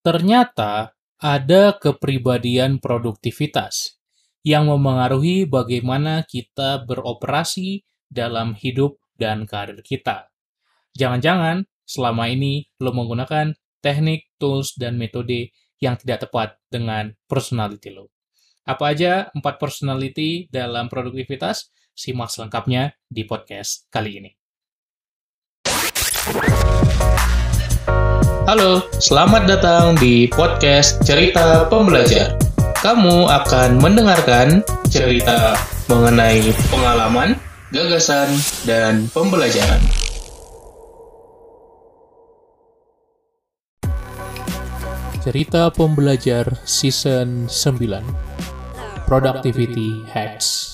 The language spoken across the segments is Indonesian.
Ternyata ada kepribadian produktivitas yang memengaruhi bagaimana kita beroperasi dalam hidup dan karir kita. Jangan-jangan selama ini lo menggunakan teknik, tools, dan metode yang tidak tepat dengan personality lo. Apa aja 4 personality dalam produktivitas? Simak selengkapnya di podcast kali ini. Halo, selamat datang di podcast Cerita Pembelajar. Kamu akan mendengarkan cerita mengenai pengalaman, gagasan, dan pembelajaran. Cerita Pembelajar Season 9 Productivity Hacks.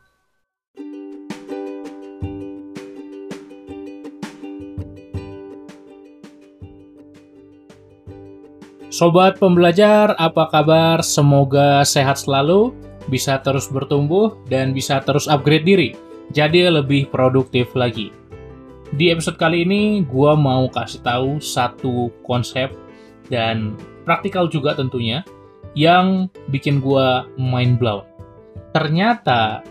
Sobat pembelajar, apa kabar? Semoga sehat selalu, bisa terus bertumbuh, dan bisa terus upgrade diri, jadi lebih produktif lagi. Di episode kali ini, gua mau kasih tahu satu konsep dan praktikal juga tentunya, yang bikin gua mind blown. Ternyata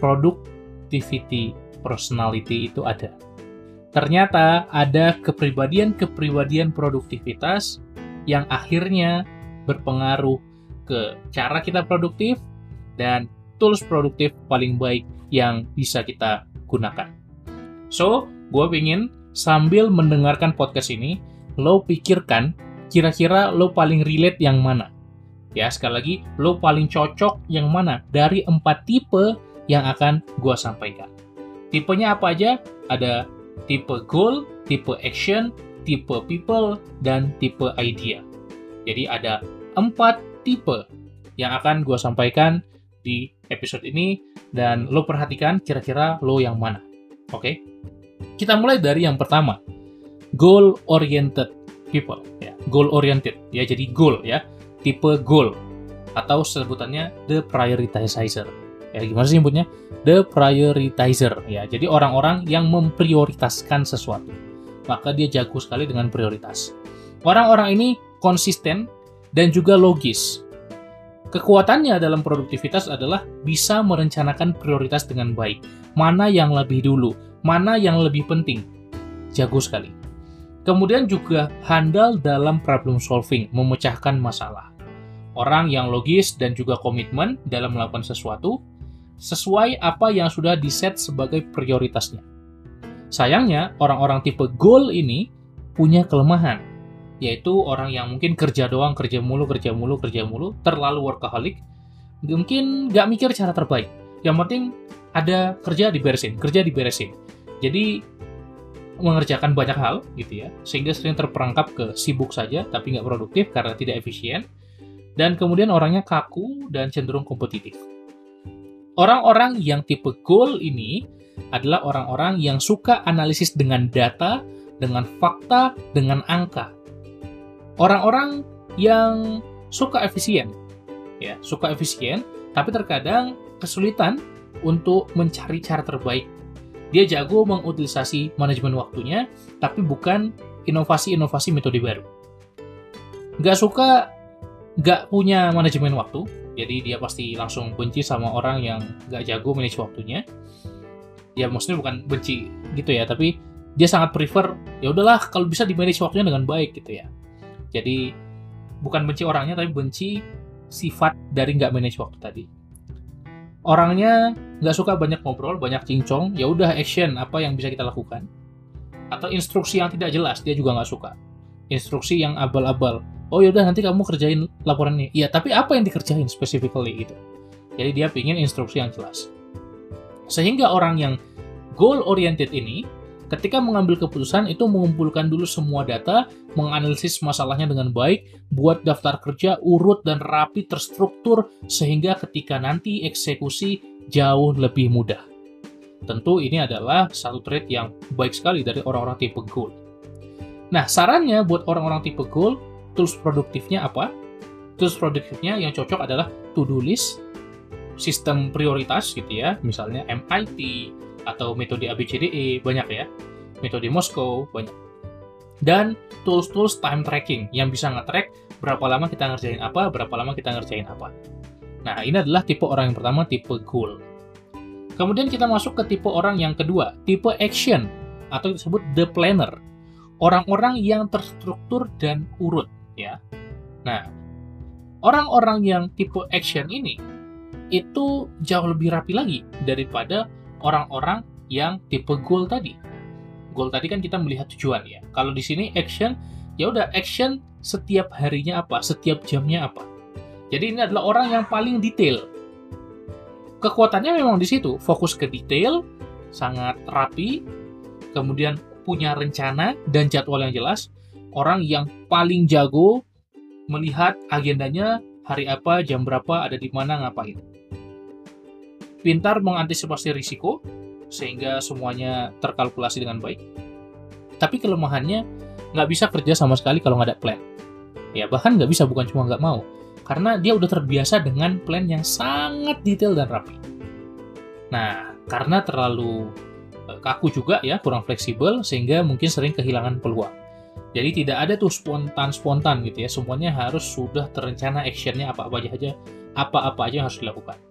productivity personality itu ada. Ternyata ada kepribadian produktivitas yang akhirnya berpengaruh ke cara kita produktif dan tools produktif paling baik yang bisa kita gunakan. So, gue pengen sambil mendengarkan podcast ini, lo pikirkan kira-kira lo paling relate yang mana. Ya, sekali lagi, lo paling cocok yang mana dari 4 tipe yang akan gue sampaikan. Tipenya apa aja? Ada tipe goal, tipe action, tipe people, dan tipe idea. Jadi ada 4 tipe yang akan gue sampaikan di episode ini, dan lo perhatikan kira-kira lo yang mana. Oke? Kita mulai dari yang pertama, goal-oriented people. Ya, goal-oriented, ya, jadi goal, ya, tipe goal, atau sebutannya the prioritizer. Ya, gimana sih nyebutnya? The prioritizer. Ya, jadi orang-orang yang memprioritaskan sesuatu. Maka dia jago sekali dengan prioritas. Orang-orang ini konsisten dan juga logis. Kekuatannya dalam produktivitas adalah bisa merencanakan prioritas dengan baik. Mana yang lebih dulu, mana yang lebih penting. Jago sekali. Kemudian juga handal dalam problem solving, memecahkan masalah. Orang yang logis dan juga komitmen dalam melakukan sesuatu sesuai apa yang sudah diset sebagai prioritasnya. Sayangnya, orang-orang tipe goal ini punya kelemahan, yaitu orang yang mungkin kerja doang, kerja mulu, terlalu workaholic, mungkin nggak mikir cara terbaik. Yang penting ada kerja diberesin. Jadi, mengerjakan banyak hal, gitu ya, sehingga sering terperangkap ke sibuk saja, tapi nggak produktif karena tidak efisien, dan kemudian orangnya kaku dan cenderung kompetitif. Orang-orang yang tipe goal ini adalah orang-orang yang suka analisis dengan data, dengan fakta, dengan angka. Orang-orang yang suka efisien, ya, tapi terkadang kesulitan untuk mencari cara terbaik. Dia jago mengutilisasi manajemen waktunya, tapi bukan inovasi-inovasi metode baru. Nggak punya manajemen waktu, jadi dia pasti langsung benci sama orang yang nggak jago manage waktunya. Ya maksudnya bukan benci gitu ya, tapi dia sangat prefer, ya udahlah kalau bisa di manage waktunya dengan baik gitu ya. Jadi bukan benci orangnya, tapi benci sifat dari nggak manage waktu tadi. Orangnya nggak suka banyak ngobrol, banyak cincong, ya udah action apa yang bisa kita lakukan. Atau instruksi yang tidak jelas, dia juga nggak suka. Instruksi yang abal-abal. Oh yaudah nanti kamu kerjain laporannya. Iya, tapi apa yang dikerjain specifically gitu. Jadi dia pingin instruksi yang jelas. Sehingga orang yang goal-oriented ini, ketika mengambil keputusan itu mengumpulkan dulu semua data, menganalisis masalahnya dengan baik, buat daftar kerja urut dan rapi, terstruktur, sehingga ketika nanti eksekusi jauh lebih mudah. Tentu ini adalah satu trait yang baik sekali dari orang-orang tipe goal. Nah, sarannya buat orang-orang tipe goal, tools produktifnya apa? Tools produktifnya yang cocok adalah to-do list, sistem prioritas gitu ya, misalnya MIT atau metode ABCDE, banyak ya, metode Moskow, banyak. dan tools-tools time tracking yang bisa nge-track berapa lama kita ngerjain apa, berapa lama kita ngerjain apa. Nah, ini adalah tipe orang yang pertama, tipe goal. Kemudian kita masuk ke tipe orang yang kedua, tipe action, atau disebut the planner. Orang-orang yang terstruktur dan urut, ya. Nah, orang-orang yang tipe action ini, itu jauh lebih rapi lagi daripada orang-orang yang tipe goal tadi. Goal tadi kan kita melihat tujuan, ya. Kalau di sini action, ya udah action setiap harinya apa, setiap jamnya apa. Jadi ini adalah orang yang paling detail. Kekuatannya memang di situ, fokus ke detail, sangat rapi, kemudian punya rencana dan jadwal yang jelas, orang yang paling jago melihat agendanya, hari apa, jam berapa, ada di mana, ngapain. Pintar mengantisipasi risiko, sehingga semuanya terkalkulasi dengan baik. Tapi kelemahannya, nggak bisa kerja sama sekali kalau nggak ada plan. Ya, bahkan nggak bisa, bukan cuma nggak mau. Karena dia udah terbiasa dengan plan yang sangat detail dan rapi. Nah, karena terlalu kaku juga ya, kurang fleksibel, sehingga mungkin sering kehilangan peluang. Jadi tidak ada tuh spontan-spontan gitu ya, semuanya harus sudah terencana actionnya apa-apa aja yang harus dilakukan.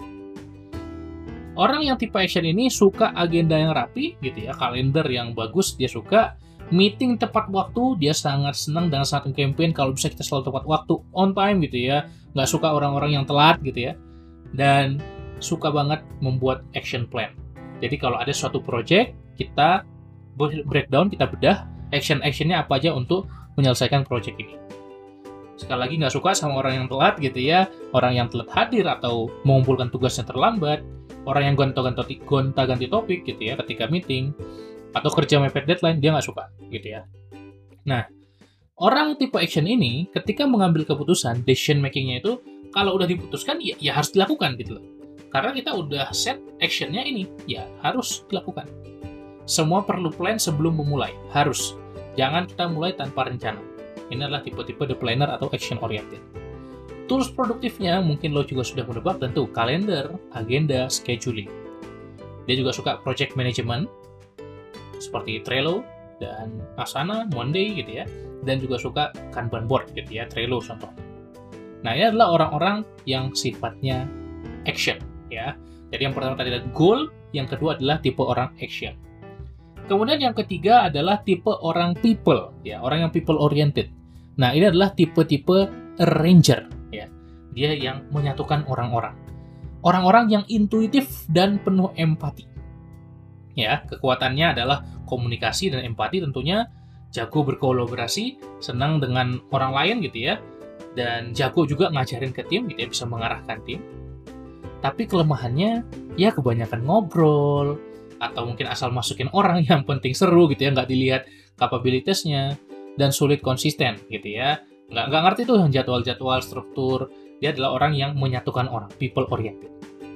Orang yang tipe action ini suka agenda yang rapi gitu ya, kalender yang bagus dia suka, meeting tepat waktu, dia sangat senang dan sangat campaign kalau bisa kita selalu tepat waktu, on time gitu ya. Nggak suka orang-orang yang telat gitu ya. Dan suka banget membuat action plan. Jadi kalau ada suatu project, kita breakdown, kita bedah, action-actionnya apa aja untuk menyelesaikan project ini. Sekali lagi nggak suka sama orang yang telat gitu ya, orang yang telat hadir atau mengumpulkan tugasnya terlambat, orang yang gonta-ganti topik gitu ya ketika meeting, atau kerja mepet deadline, dia nggak suka, gitu ya. Nah, orang tipe action ini, ketika mengambil keputusan, decision making-nya itu, kalau udah diputuskan, ya harus dilakukan, gitu loh. Karena kita udah set action-nya ini, ya harus dilakukan. Semua perlu plan sebelum memulai, harus. Jangan kita mulai tanpa rencana. Ini adalah tipe-tipe the planner atau action oriented. Tools produktifnya, mungkin lo juga sudah menebak, tentu kalender, agenda, scheduling. Dia juga suka project management, seperti Trello dan Asana, Monday gitu ya, dan juga suka Kanban board gitu ya, Trello contohnya. Nah, ini adalah orang-orang yang sifatnya action ya. Jadi yang pertama tadi adalah goal, yang kedua adalah tipe orang action. Kemudian yang ketiga adalah tipe orang people ya, orang yang people oriented. Nah, ini adalah tipe-tipe arranger ya. Dia yang menyatukan orang-orang. Orang-orang yang intuitif dan penuh empati. Ya, kekuatannya adalah komunikasi dan empati tentunya, jago berkolaborasi, senang dengan orang lain gitu ya, dan jago juga ngajarin ke tim gitu ya, bisa mengarahkan tim. Tapi kelemahannya, ya kebanyakan ngobrol, atau mungkin asal masukin orang yang penting seru gitu ya, nggak dilihat kapabilitasnya, dan sulit konsisten gitu ya. Nggak ngerti tuh jadwal-jadwal, struktur. Dia adalah orang yang menyatukan orang, people oriented.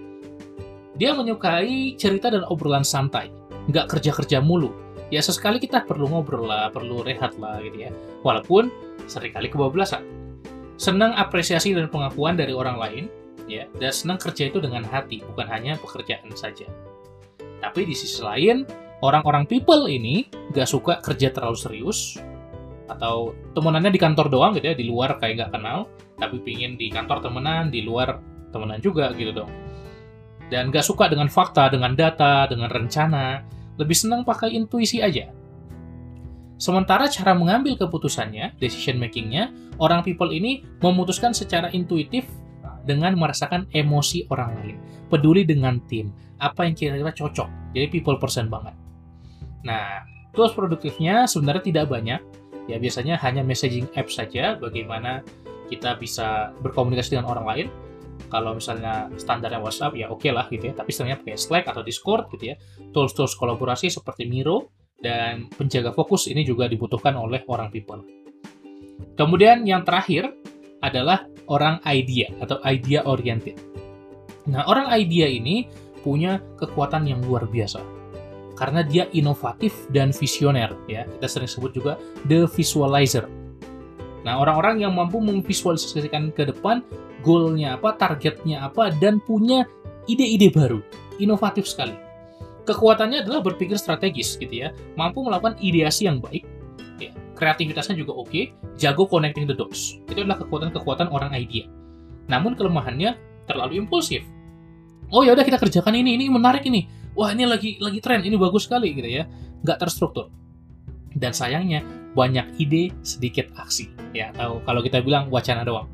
Dia menyukai cerita dan obrolan santai, nggak kerja-kerja mulu. Ya sesekali kita perlu ngobrol lah, perlu rehat lah gitu ya. Walaupun seringkali kebablasan. Senang apresiasi dan pengakuan dari orang lain, ya, dan senang kerja itu dengan hati, bukan hanya pekerjaan saja. Tapi di sisi lain, orang-orang people ini nggak suka kerja terlalu serius, atau temenannya di kantor doang gitu ya, di luar kayak nggak kenal, tapi pingin di kantor temenan, di luar temenan juga gitu dong. Dan nggak suka dengan fakta, dengan data, dengan rencana, lebih senang pakai intuisi aja. Sementara cara mengambil keputusannya, decision making-nya, orang people ini memutuskan secara intuitif dengan merasakan emosi orang lain, peduli dengan tim, apa yang kira-kira cocok, jadi people person banget. Nah, tools produktifnya sebenarnya tidak banyak, ya biasanya hanya messaging app saja, bagaimana kita bisa berkomunikasi dengan orang lain. Kalau misalnya standarnya WhatsApp, ya oke lah gitu ya. Tapi sebenarnya pakai Slack atau Discord gitu ya. Tools-tools kolaborasi seperti Miro dan penjaga fokus ini juga dibutuhkan oleh orang people. Kemudian yang terakhir adalah orang idea atau idea oriented. Nah, orang idea ini punya kekuatan yang luar biasa. Karena dia inovatif dan visioner ya. Kita sering sebut juga the visualizer. Nah, orang-orang yang mampu memvisualisasikan ke depan goal-nya apa, targetnya apa, dan punya ide-ide baru, inovatif sekali. Kekuatannya adalah berpikir strategis gitu ya, mampu melakukan ideasi yang baik, ya, kreativitasnya juga oke, jago connecting the dots. Itu adalah kekuatan-kekuatan orang idea. Namun kelemahannya terlalu impulsif. Oh ya udah kita kerjakan ini menarik ini. Wah ini lagi tren, ini bagus sekali gitu ya. Nggak terstruktur. Dan sayangnya banyak ide, sedikit aksi. Ya, atau kalau kita bilang wacana doang.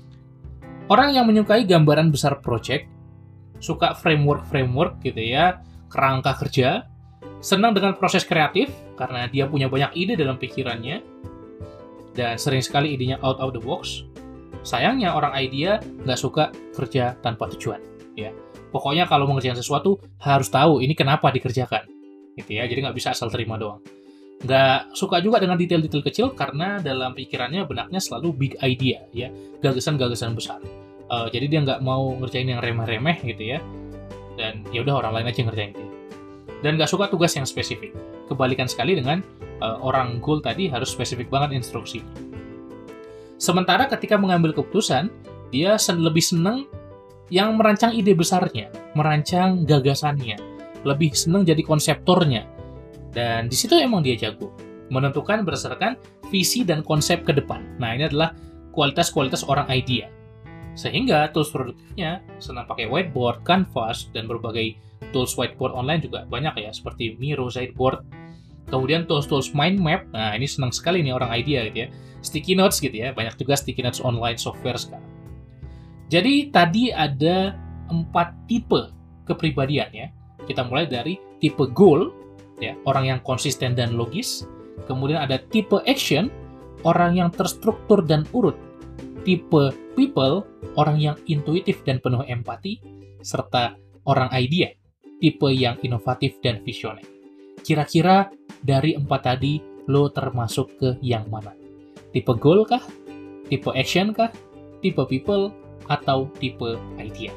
Orang yang menyukai gambaran besar project, suka framework gitu ya, kerangka kerja, senang dengan proses kreatif karena dia punya banyak ide dalam pikirannya, dan sering sekali idenya out of the box. Sayangnya orang idea nggak suka kerja tanpa tujuan. Ya, pokoknya kalau mengerjakan sesuatu harus tahu ini kenapa dikerjakan, gitu ya. Jadi nggak bisa asal terima doang. Nggak suka juga dengan detail-detail kecil karena dalam pikirannya benaknya selalu big idea, ya, gagasan-gagasan besar. Jadi dia nggak mau ngerjain yang remeh-remeh gitu ya. Dan ya udah orang lain aja ngerjain itu. Dan nggak suka tugas yang spesifik. Kebalikan sekali dengan orang goal tadi harus spesifik banget instruksinya. Sementara ketika mengambil keputusan, dia lebih senang yang merancang ide besarnya, merancang gagasannya, lebih senang jadi konseptornya. Dan di situ emang dia jago, menentukan berdasarkan visi dan konsep ke depan. Nah, ini adalah kualitas-kualitas orang idea. Sehingga tools produktifnya senang pakai whiteboard, canvas, dan berbagai tools whiteboard online juga banyak ya, seperti Miro, Whiteboard. Kemudian tools-tools mind map, nah ini senang sekali nih orang idea gitu ya. Sticky notes gitu ya, banyak juga sticky notes online software sekarang. Jadi tadi ada 4 tipe kepribadian ya. Kita mulai dari tipe goal, ya, orang yang konsisten dan logis. Kemudian ada tipe action, orang yang terstruktur dan urut. Tipe people, orang yang intuitif dan penuh empati. Serta orang idea, tipe yang inovatif dan visioner. Kira-kira dari 4 tadi, lo termasuk ke yang mana? Tipe goal kah? Tipe action kah? Tipe people? Atau tipe idea?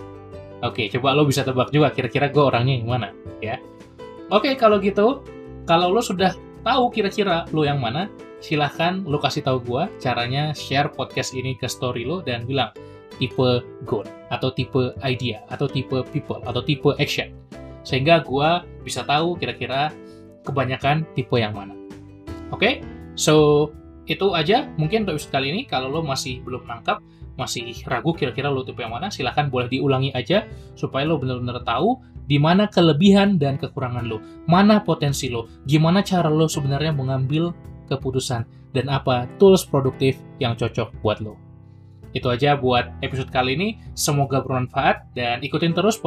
Oke, coba lo bisa tebak juga kira-kira gue orangnya yang mana, ya. Oke, kalau gitu, kalau lo sudah tahu kira-kira lo yang mana, silahkan lo kasih tahu gue caranya share podcast ini ke story lo dan bilang tipe goal, atau tipe idea, atau tipe people, atau tipe action. Sehingga gue bisa tahu kira-kira kebanyakan tipe yang mana. Oke, so itu aja mungkin untuk episode kali ini. Kalau lo masih belum nangkap, masih ragu kira-kira lo tipe yang mana, silahkan boleh diulangi aja supaya lo benar-benar tahu di mana kelebihan dan kekurangan lo, mana potensi lo, gimana cara lo sebenarnya mengambil keputusan, dan apa tools produktif yang cocok buat lo. Itu aja buat episode kali ini. Semoga bermanfaat dan ikutin terus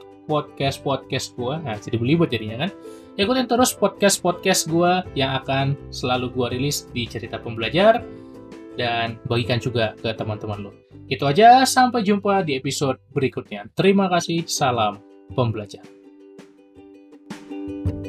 podcast gue. Nah, jadi belibet jadinya kan. Ikutin terus podcast gue yang akan selalu gue rilis di Cerita Pembelajar dan bagikan juga ke teman-teman lo. Itu aja, sampai jumpa di episode berikutnya. Terima kasih, salam pembelajar.